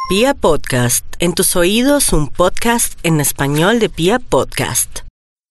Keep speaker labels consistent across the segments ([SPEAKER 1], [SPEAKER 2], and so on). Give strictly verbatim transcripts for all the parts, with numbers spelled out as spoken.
[SPEAKER 1] Pia Podcast, en tus oídos un podcast en español de Pia Podcast.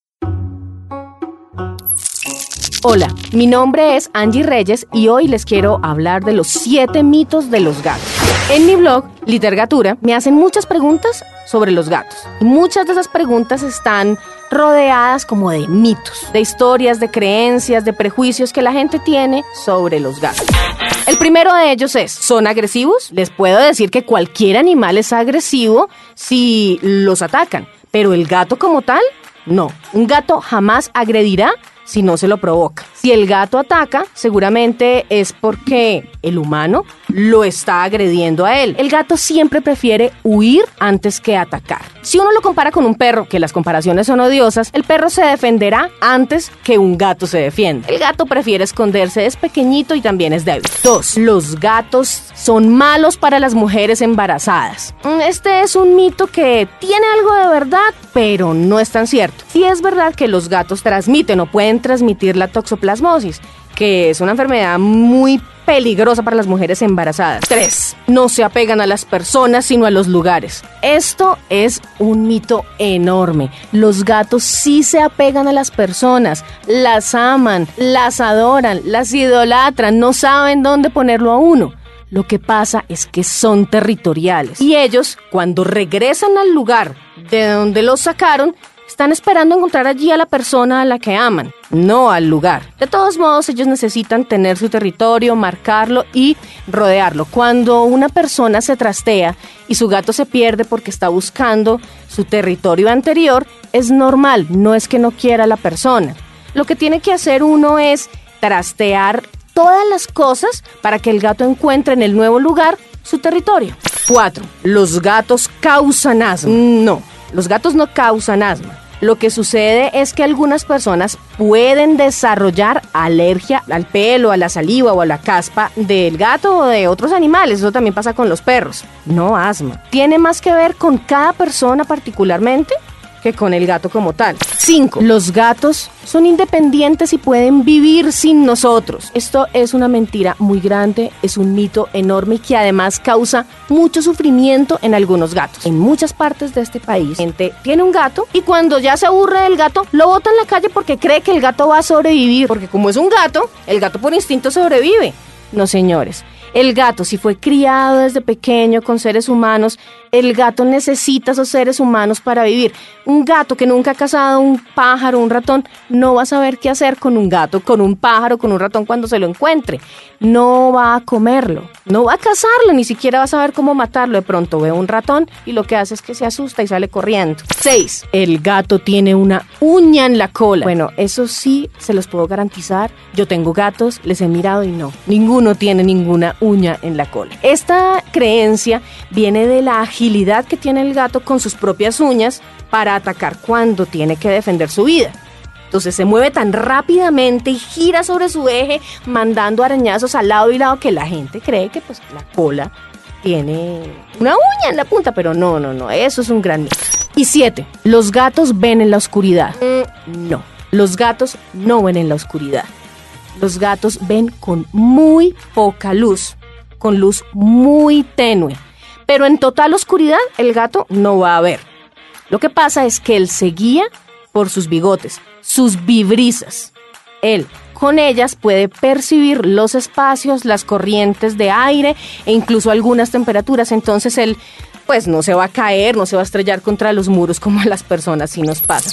[SPEAKER 2] Hola, mi nombre es Angie Reyes y hoy les quiero hablar de los siete mitos de los gatos. En mi blog, Litergatura, me hacen muchas preguntas sobre los gatos. Y muchas de esas preguntas están rodeadas como de mitos, de historias, de creencias, de prejuicios que la gente tiene sobre los gatos. El primero de ellos es, ¿son agresivos? Les puedo decir que cualquier animal es agresivo si los atacan, pero el gato como tal, no. Un gato jamás agredirá si no se lo provoca. Si el gato ataca, seguramente es porque el humano lo está agrediendo a él. El gato siempre prefiere huir antes que atacar. Si uno lo compara con un perro, que las comparaciones son odiosas, el perro se defenderá antes que un gato se defienda. El gato prefiere esconderse, es pequeñito y también es débil. Dos, los gatos son malos para las mujeres embarazadas. Este es un mito que tiene algo de verdad, pero no es tan cierto. Sí es verdad que los gatos transmiten o pueden transmitir la toxoplasmosis, que es una enfermedad muy peligrosa para las mujeres embarazadas. Tres, no se apegan a las personas sino a los lugares. Esto es un mito enorme. Los gatos sí se apegan a las personas, las aman, las adoran, las idolatran, no saben dónde ponerlo a uno. Lo que pasa es que son territoriales y ellos, cuando regresan al lugar de donde los sacaron, están esperando encontrar allí a la persona a la que aman, no al lugar. De todos modos, ellos necesitan tener su territorio, marcarlo y rodearlo. Cuando una persona se trastea y su gato se pierde porque está buscando su territorio anterior, es normal, no es que no quiera a la persona. Lo que tiene que hacer uno es trastear todas las cosas para que el gato encuentre en el nuevo lugar su territorio. Cuatro, los gatos causan asma. No, los gatos no causan asma. Lo que sucede es que algunas personas pueden desarrollar alergia al pelo, a la saliva o a la caspa del gato o de otros animales. Eso también pasa con los perros. No asma. Tiene más que ver con cada persona particularmente que con el gato como tal. Cinco. Los gatos son independientes y pueden vivir sin nosotros. Esto es una mentira muy grande, es un mito enorme y que además causa mucho sufrimiento en algunos gatos. En muchas partes de este país, gente tiene un gato y cuando ya se aburre del gato, lo bota en la calle porque cree que el gato va a sobrevivir. Porque como es un gato, el gato por instinto sobrevive. No, señores. El gato, si fue criado desde pequeño con seres humanos, el gato necesita esos seres humanos para vivir. Un gato que nunca ha cazado un pájaro, un ratón, no va a saber qué hacer con un gato, con un pájaro, con un ratón cuando se lo encuentre. No va a comerlo, no va a cazarlo, ni siquiera va a saber cómo matarlo. De pronto ve un ratón y lo que hace es que se asusta y sale corriendo. Seis. El gato tiene una uña en la cola. Bueno, eso sí se los puedo garantizar. Yo tengo gatos, les he mirado y no, ninguno tiene ninguna uña en la cola. Esta creencia viene de la agilidad que tiene el gato con sus propias uñas para atacar cuando tiene que defender su vida. Entonces se mueve tan rápidamente y gira sobre su eje mandando arañazos al lado y lado que la gente cree que pues la cola tiene una uña en la punta, pero no, no, no, eso es un gran mito. Y siete, los gatos ven en la oscuridad. Mm, no, los gatos no ven en la oscuridad. Los gatos ven con muy poca luz, con luz muy tenue. Pero en total oscuridad el gato no va a ver. Lo que pasa es que él se guía por sus bigotes, sus vibrisas. Él con ellas puede percibir los espacios, las corrientes de aire e incluso algunas temperaturas. Entonces él pues no se va a caer, no se va a estrellar contra los muros como a las personas sí nos pasa.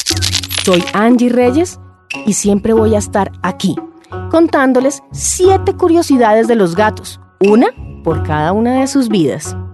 [SPEAKER 2] Soy Angie Reyes y siempre voy a estar aquí contándoles siete curiosidades de los gatos, una por cada una de sus vidas.